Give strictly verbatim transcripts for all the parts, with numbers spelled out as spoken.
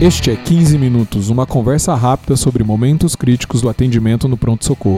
Este é quinze Minutos, uma conversa rápida sobre momentos críticos do atendimento no pronto-socorro.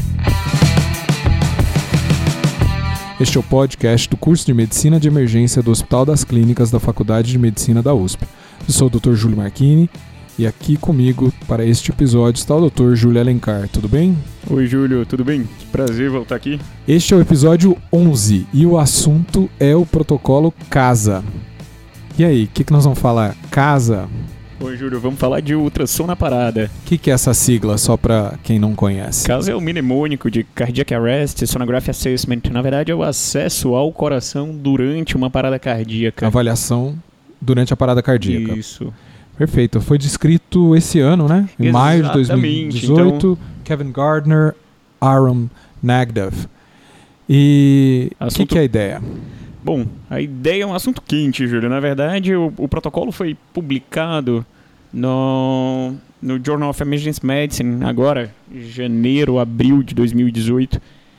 Este é o podcast do curso de Medicina de Emergência do Hospital das Clínicas da Faculdade de Medicina da U S P. Eu sou o doutor Júlio Marchini e aqui comigo para este episódio está o doutor Júlio Alencar. Tudo bem? Oi, Júlio, tudo bem? Que prazer voltar aqui. Este é o episódio onze e o assunto é o protocolo CASA. E aí, o que, que nós vamos falar? CASA? Oi, Júlio, vamos falar de ultrassom na parada. O que, que é essa sigla, só para quem não conhece? CASA é o mnemônico de Cardiac Arrest Sonography Assessment. Na verdade, é o acesso ao coração durante uma parada cardíaca. Avaliação durante a parada cardíaca. Isso. Perfeito. Foi descrito esse ano, né? Em Exatamente. maio de dois mil e dezoito. Então, Kevin Gardner, Aram Nagdev. E o Assunto... que, que é a ideia? Bom, a ideia é um assunto quente, Júlio. Na verdade, o, o protocolo foi publicado no, no Journal of Emergency Medicine, agora, janeiro, abril de dois mil e dezoito.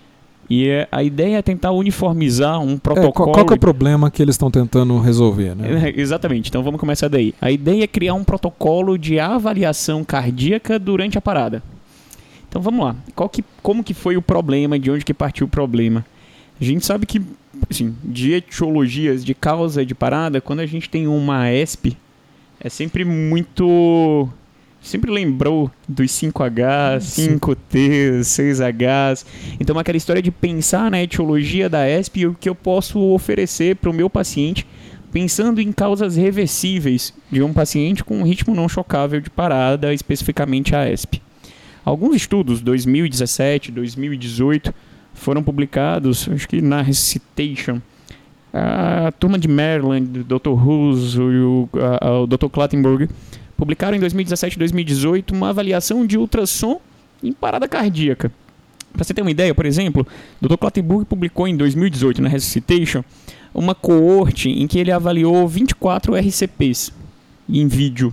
E é, a ideia é tentar uniformizar um protocolo... É, qual, qual que é o problema que eles estão tentando resolver, né? É, exatamente, então vamos começar daí. A ideia é criar um protocolo de avaliação cardíaca durante a parada. Então vamos lá. Qual que, como que foi o problema, de onde que partiu o problema? A gente sabe que, assim, de etiologias de causa de parada, quando a gente tem uma E S P, é sempre muito... Sempre lembrou dos cinco H's, cinco T's, seis H's. Então, aquela história de pensar na etiologia da E S P e o que eu posso oferecer para o meu paciente, pensando em causas reversíveis de um paciente com um ritmo não chocável de parada, especificamente a E S P. Alguns estudos, dois mil e dezessete, dois mil e dezoito, foram publicados, acho que na Recitation. A turma de Maryland, o doutor Hus, o, a, o doutor Clattenburg, publicaram em dois mil e dezessete e dois mil e dezoito uma avaliação de ultrassom em parada cardíaca. Para você ter uma ideia, por exemplo, o doutor Clattenburg publicou em dois mil e dezoito, na Recitation, uma coorte em que ele avaliou vinte e quatro R C Ps em vídeo.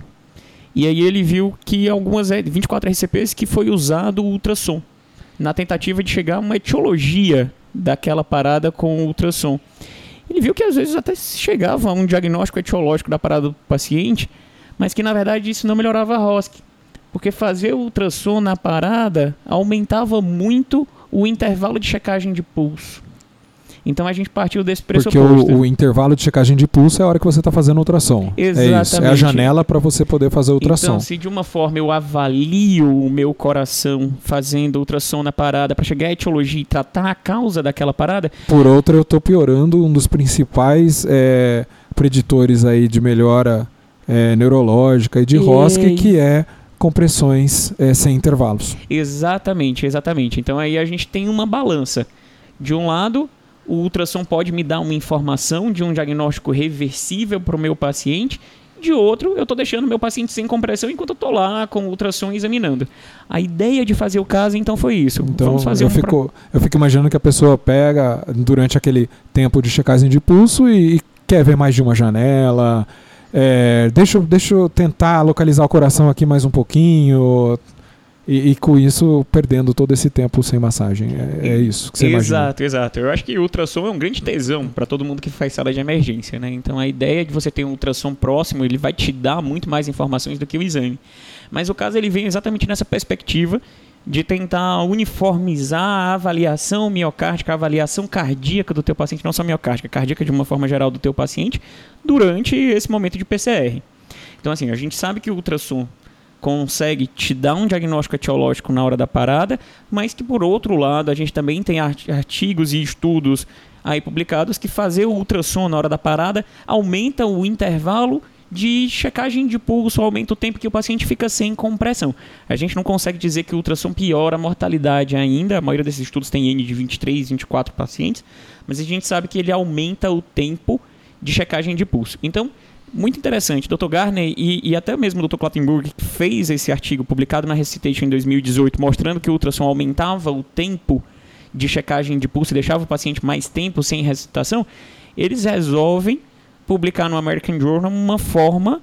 E aí ele viu que algumas vinte e quatro R C Ps que foi usado o ultrassom, na tentativa de chegar a uma etiologia daquela parada com o ultrassom. Ele viu que às vezes até chegava a um diagnóstico etiológico da parada do paciente, mas que na verdade isso não melhorava a R O S C, porque fazer o ultrassom na parada aumentava muito o intervalo de checagem de pulso. Então a gente partiu desse pressuposto. Porque o, o intervalo de checagem de pulso é a hora que você está fazendo ultrassom. Exatamente. É isso, é a janela para você poder fazer ultrassom. Então, se de uma forma eu avalio o meu coração fazendo ultrassom na parada para chegar à etiologia e tratar a causa daquela parada... Por outra, eu estou piorando um dos principais é, preditores aí de melhora é, neurológica e de R O S C, que é compressões é, sem intervalos. Exatamente, exatamente. Então aí a gente tem uma balança. De um lado... O ultrassom pode me dar uma informação de um diagnóstico reversível para o meu paciente. De outro, eu estou deixando meu paciente sem compressão enquanto eu estou lá com o ultrassom examinando. A ideia de fazer o caso, então, foi isso. Então, Vamos fazer eu, um fico, pro... eu fico imaginando que a pessoa pega durante aquele tempo de checagem de pulso e, e quer ver mais de uma janela. É, deixa, deixa eu tentar localizar o coração aqui mais um pouquinho... E, e com isso, perdendo todo esse tempo sem massagem. É, é isso que você imagina. Exato, exato. Eu acho que o ultrassom é um grande tesão para todo mundo que faz sala de emergência, né? Então, a ideia de você ter um ultrassom próximo, ele vai te dar muito mais informações do que o exame. Mas o caso, ele vem exatamente nessa perspectiva de tentar uniformizar a avaliação miocárdica, a avaliação cardíaca do teu paciente, não só miocárdica, cardíaca de uma forma geral do teu paciente, durante esse momento de P C R. Então, assim, a gente sabe que o ultrassom consegue te dar um diagnóstico etiológico na hora da parada, mas que, por outro lado, a gente também tem artigos e estudos aí publicados que fazer o ultrassom na hora da parada aumenta o intervalo de checagem de pulso, aumenta o tempo que o paciente fica sem compressão. A gente não consegue dizer que o ultrassom piora a mortalidade ainda, a maioria desses estudos tem N de vinte e três, vinte e quatro pacientes, mas a gente sabe que ele aumenta o tempo de checagem de pulso. Então, muito interessante, doutor Gardner e, e até mesmo o doutor Clattenburg fez esse artigo publicado na Recitation em dois mil e dezoito, mostrando que o ultrassom aumentava o tempo de checagem de pulso e deixava o paciente mais tempo sem ressuscitação. Eles resolvem publicar no American Journal uma forma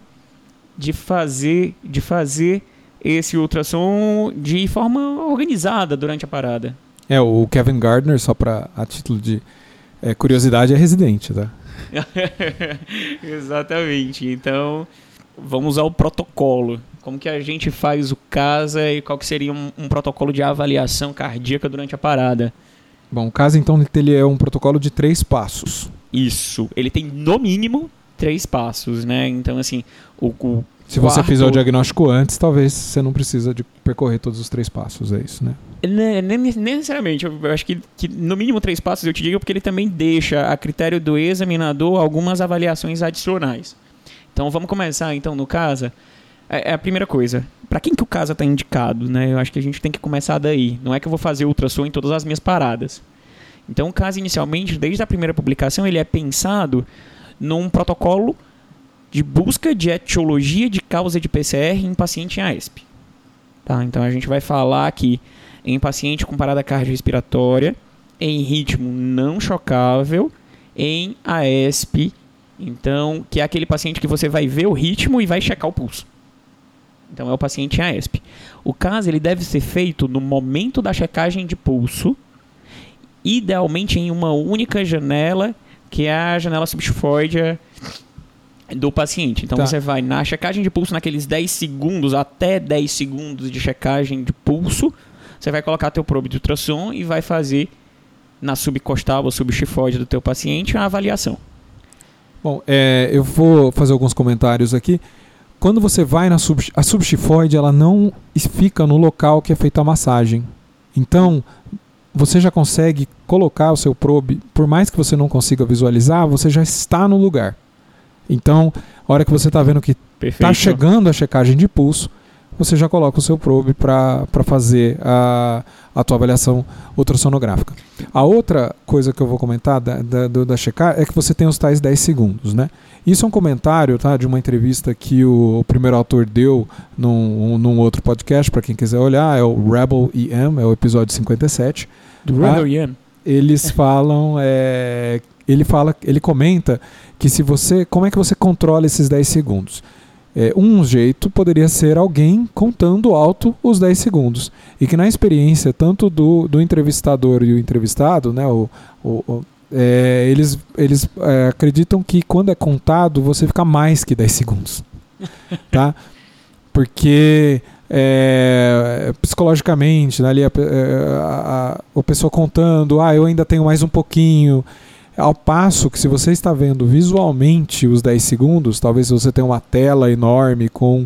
de fazer, de fazer esse ultrassom de forma organizada durante a parada. É, o Kevin Gardner, só para a título de é, curiosidade, é residente, tá? Exatamente. Então, vamos ao protocolo. Como que a gente faz o CASA e qual que seria um, um protocolo de avaliação cardíaca durante a parada? Bom, o CASA, então, ele é um protocolo de três passos. Isso. Ele tem, no mínimo, três passos, né? Então, assim, o, o Se quarto... você fizer o diagnóstico antes, talvez você não precisa de percorrer todos os três passos, é isso, né? Nem, nem necessariamente. Eu acho que, que, no mínimo, três passos eu te digo porque ele também deixa a critério do examinador algumas avaliações adicionais. Então, vamos começar, então, no CASA. É a primeira coisa. Para quem que o CASA está indicado, né? Eu acho que a gente tem que começar daí. Não é que eu vou fazer ultrassom em todas as minhas paradas. Então, o CASA, inicialmente, desde a primeira publicação, ele é pensado num protocolo de busca de etiologia de causa de P C R em paciente em A E S P. Tá? Então, a gente vai falar aqui em paciente com parada cardiorrespiratória, em ritmo não chocável, em A E S P. Então, que é aquele paciente que você vai ver o ritmo e vai checar o pulso. Então, é o paciente em A E S P. O CASA ele deve ser feito no momento da checagem de pulso, idealmente em uma única janela, que é a janela subxifoide do paciente. Então, tá. Você vai na checagem de pulso, naqueles dez segundos, até dez segundos de checagem de pulso, você vai colocar teu probe de ultrassom e vai fazer na subcostal ou subxifoide do teu paciente a avaliação. Bom, é, eu vou fazer alguns comentários aqui. Quando você vai na sub, a subxifoide, ela não fica no local que é feita a massagem. Então, você já consegue colocar o seu probe, por mais que você não consiga visualizar, você já está no lugar. Então, a hora que você está vendo que está chegando a checagem de pulso, você já coloca o seu probe para fazer a, a tua avaliação ultrassonográfica. A outra coisa que eu vou comentar da, da, da checar é que você tem os tais dez segundos, né? Isso é um comentário, tá, de uma entrevista que o, o primeiro autor deu num, num outro podcast, para quem quiser olhar, é o Rebel E M, é o episódio cinquenta e sete. Do Rebel E M? Eles falam, é, ele fala, ele comenta que se você, como é que você controla esses dez segundos? É, um jeito poderia ser alguém contando alto os dez segundos. E que na experiência, tanto do, do entrevistador e o entrevistado, né, o, o, o, é, eles, eles é, acreditam que quando é contado, você fica mais que dez segundos. Tá? Porque é, psicologicamente, né, ali a, a, a, a pessoa contando, ah, eu ainda tenho mais um pouquinho. Ao passo que se você está vendo visualmente os dez segundos, talvez você tenha uma tela enorme com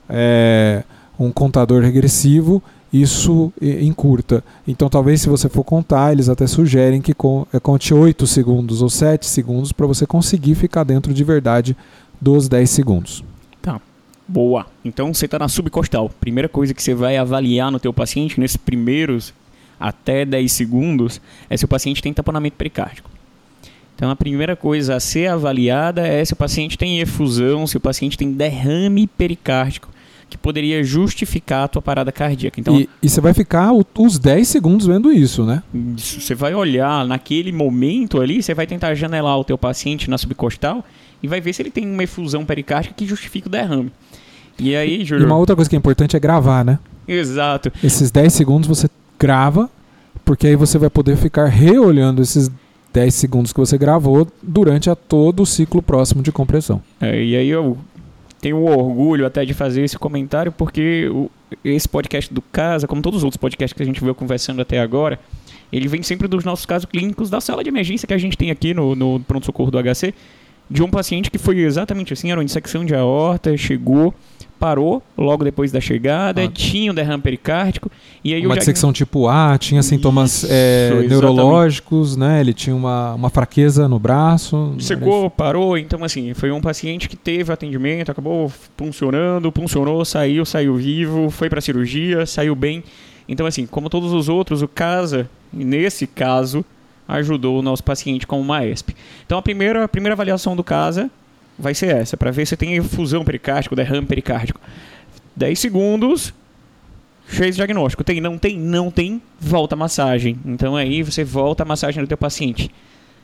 é, um contador regressivo, isso encurta. Então talvez se você for contar, eles até sugerem que conte oito segundos ou sete segundos para você conseguir ficar dentro de verdade dos dez segundos. Tá, boa. Então você está na subcostal. Primeira coisa que você vai avaliar no teu paciente, nesses primeiros até dez segundos, é se o paciente tem tamponamento pericárdico. Então, a primeira coisa a ser avaliada é se o paciente tem efusão, se o paciente tem derrame pericárdico, que poderia justificar a tua parada cardíaca. Então, e, e você vai ficar o, os dez segundos vendo isso, né? Isso, você vai olhar naquele momento ali, você vai tentar janelar o teu paciente na subcostal e vai ver se ele tem uma efusão pericárdica que justifica o derrame. E aí, Júlio... E uma outra coisa que é importante é gravar, né? Exato. Esses dez segundos você grava, porque aí você vai poder ficar reolhando esses dez segundos que você gravou durante a todo o ciclo próximo de compressão. É, e aí eu tenho o orgulho até de fazer esse comentário, porque o, esse podcast do CASA, como todos os outros podcasts que a gente veio conversando até agora, ele vem sempre dos nossos casos clínicos da sala de emergência que a gente tem aqui no, no pronto-socorro do H C, de um paciente que foi exatamente assim, era uma dissecção de aorta, chegou, parou logo depois da chegada, ah. tinha um derrame pericárdico. E aí uma eu dissecção já... tipo A, tinha sintomas é, neurológicos, né? Ele tinha uma, uma fraqueza no braço. Chegou, parou, então assim, foi um paciente que teve atendimento, acabou funcionando, funcionou, saiu, saiu vivo, foi para cirurgia, saiu bem. Então assim, como todos os outros, o CASA, nesse caso, ajudou o nosso paciente com uma A E S P. Então a primeira, a primeira avaliação do CASA vai ser essa, para ver se tem efusão pericárdico, derrame pericárdico. dez segundos, fez diagnóstico. Tem, não tem? Não tem, volta a massagem. Então aí você volta a massagem do teu paciente.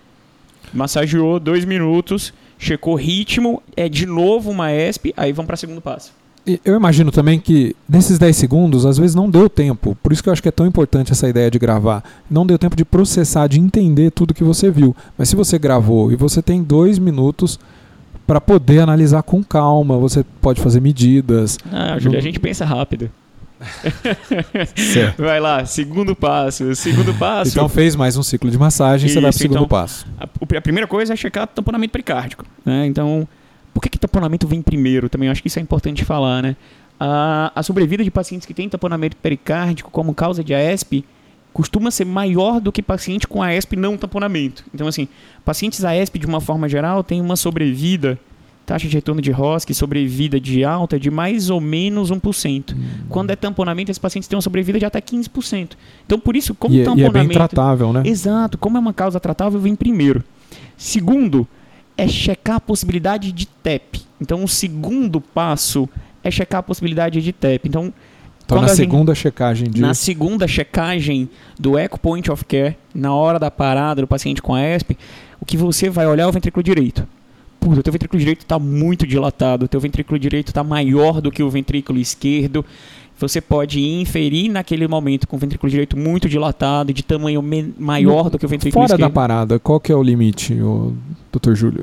Massageou dois minutos, checou ritmo, é de novo uma A E S P, aí vamos para o segundo passo. Eu imagino também que nesses dez segundos, às vezes não deu tempo, por isso que eu acho que é tão importante essa ideia de gravar. Não deu tempo de processar, de entender tudo que você viu. Mas se você gravou e você tem dois minutos para poder analisar com calma. Você pode fazer medidas. Ah, Júlio, no... a gente pensa rápido. Vai lá, segundo passo. Segundo passo. Então fez mais um ciclo de massagem, Isso, você vai pro segundo então, passo. A, a primeira coisa é checar tamponamento pericárdico, né? Então, por que que tamponamento vem primeiro? Também eu acho que isso é importante falar, né? A, a sobrevida de pacientes que têm tamponamento pericárdico como causa de A E S P costuma ser maior do que paciente com A E S P não tamponamento. Então, assim, pacientes A E S P de uma forma geral têm uma sobrevida, taxa de retorno de Rosk, sobrevida de alta de mais ou menos um por cento. Hum. Quando é tamponamento, esses pacientes têm uma sobrevida de até quinze por cento. Então, por isso, como e, tamponamento... E é bem tratável, né? Exato. Como é uma causa tratável, vem primeiro. Segundo, é checar a possibilidade de T E P. Então, o segundo passo é checar a possibilidade de T E P. Então, então na segunda gente, checagem de... Na segunda checagem do Echo Point of Care, na hora da parada do paciente com A E S P, o que você vai olhar é o ventrículo direito. Puta, o teu ventrículo direito está muito dilatado, o teu ventrículo direito está maior do que o ventrículo esquerdo. Você pode inferir naquele momento com o ventrículo direito muito dilatado, de tamanho me- maior no, do que o ventrículo fora esquerdo. Fora da parada, qual que é o limite, o doutor Júlio?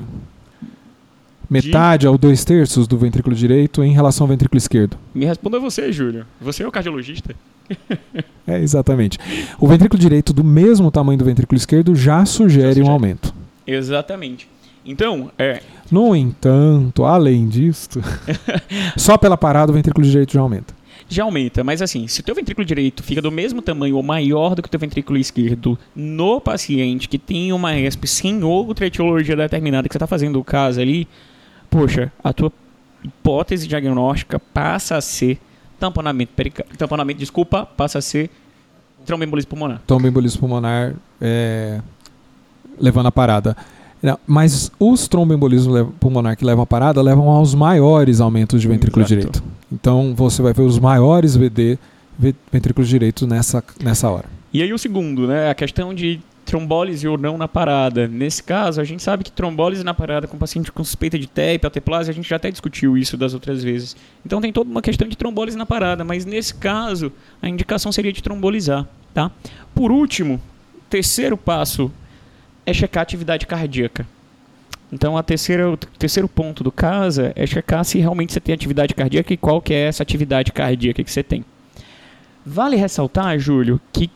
Metade de... ou dois terços do ventrículo direito em relação ao ventrículo esquerdo? Me responda você, Júlio. Você é o cardiologista? É, exatamente. O ventrículo direito do mesmo tamanho do ventrículo esquerdo já sugere, já sugere. um aumento. Exatamente. Então, é... No entanto, além disto, só pela parada o ventrículo direito já aumenta. Já aumenta, mas assim, se o teu ventrículo direito fica do mesmo tamanho ou maior do que o teu ventrículo esquerdo no paciente que tem uma A E S P sem outra etiologia determinada que você está fazendo o caso ali, poxa, a tua hipótese diagnóstica passa a ser tamponamento pericárdico. Tamponamento, desculpa, passa a ser tromboembolismo pulmonar. Tromboembolismo pulmonar é, levando a parada. Não, mas os tromboembolismos pulmonar que levam a parada levam aos maiores aumentos de ventrículo Exato. direito. Então você vai ver os maiores V D, ventrículo direito nessa, nessa hora. E aí o segundo, né, a questão de trombólise ou não na parada. Nesse caso, a gente sabe que trombólise na parada com paciente com suspeita de T E P, alteplase, a gente já até discutiu isso das outras vezes. Então tem toda uma questão de trombólise na parada, mas nesse caso a indicação seria de trombolizar, tá? Por último, terceiro passo é checar a atividade cardíaca. Então, a terceira, o terceiro ponto do CASA é checar se realmente você tem atividade cardíaca e qual que é essa atividade cardíaca que você tem. Vale ressaltar, Júlio, que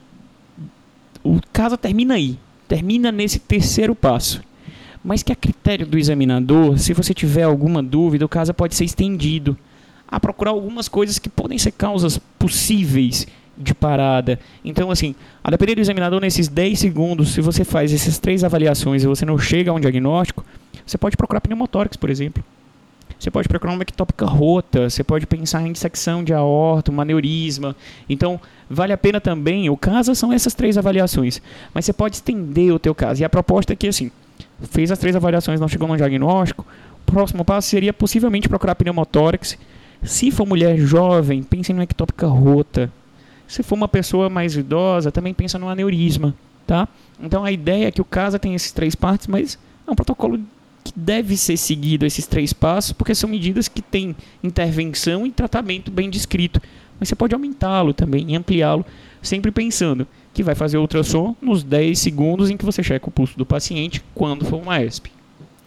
o CASA termina aí, termina nesse terceiro passo. Mas que a critério do examinador, se você tiver alguma dúvida, o CASA pode ser estendido a procurar algumas coisas que podem ser causas possíveis de parada. Então, assim, a depender do examinador, nesses dez segundos, se você faz essas três avaliações e você não chega a um diagnóstico, você pode procurar pneumotórax, por exemplo. Você pode procurar uma ectópica rota, você pode pensar em dissecção de aorta, um aneurisma. Então, vale a pena também, o caso são essas três avaliações, mas você pode estender o teu caso. E a proposta é que, assim, fez as três avaliações, não chegou no diagnóstico, o próximo passo seria possivelmente procurar pneumotórax. Se for mulher jovem, pense em uma ectópica rota. Se for uma pessoa mais idosa, também pensa no aneurisma, tá? Então a ideia é que o CASA tem esses três partes, mas é um protocolo que deve ser seguido esses três passos, porque são medidas que têm intervenção e tratamento bem descrito. Mas você pode aumentá-lo também e ampliá-lo, sempre pensando que vai fazer ultrassom nos dez segundos em que você checa o pulso do paciente quando for uma A E S P.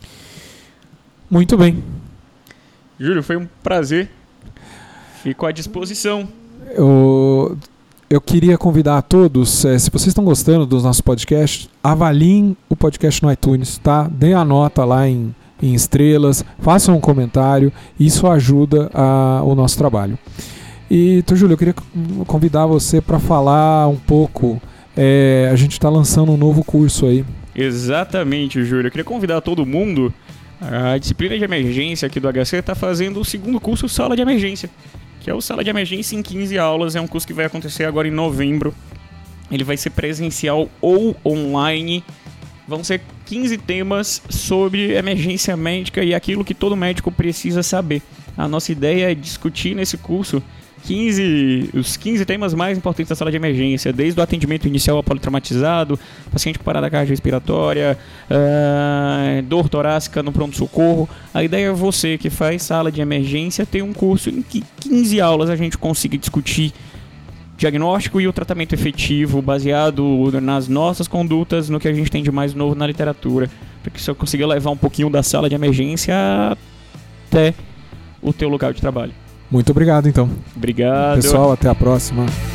Muito bem. Júlio, foi um prazer. Fico à disposição. Eu, eu queria convidar a todos, é, se vocês estão gostando dos nossos podcasts, avaliem o podcast no iTunes, tá? Deem a nota lá em, em estrelas, façam um comentário, isso ajuda a, o nosso trabalho. E, então, Júlio, eu queria convidar você para falar um pouco, é, a gente está lançando um novo curso aí. Exatamente, Júlio. Eu queria convidar todo mundo, a disciplina de emergência aqui do H C está fazendo o segundo curso Sala de Emergência, que é o Sala de Emergência em quinze aulas, é um curso que vai acontecer agora em novembro. Ele vai ser presencial ou online. Vão ser quinze temas sobre emergência médica e aquilo que todo médico precisa saber. A nossa ideia é discutir nesse curso quinze, os quinze temas mais importantes da sala de emergência, desde o atendimento inicial ao politraumatizado, paciente com parada cardiorrespiratória, uh, dor torácica no pronto-socorro. A ideia é você que faz sala de emergência ter um curso em que quinze aulas a gente consiga discutir diagnóstico e o tratamento efetivo baseado nas nossas condutas, no que a gente tem de mais novo na literatura, Para que você consiga levar um pouquinho da sala de emergência até o teu local de trabalho. Muito obrigado, então. Obrigado. Pessoal, até a próxima.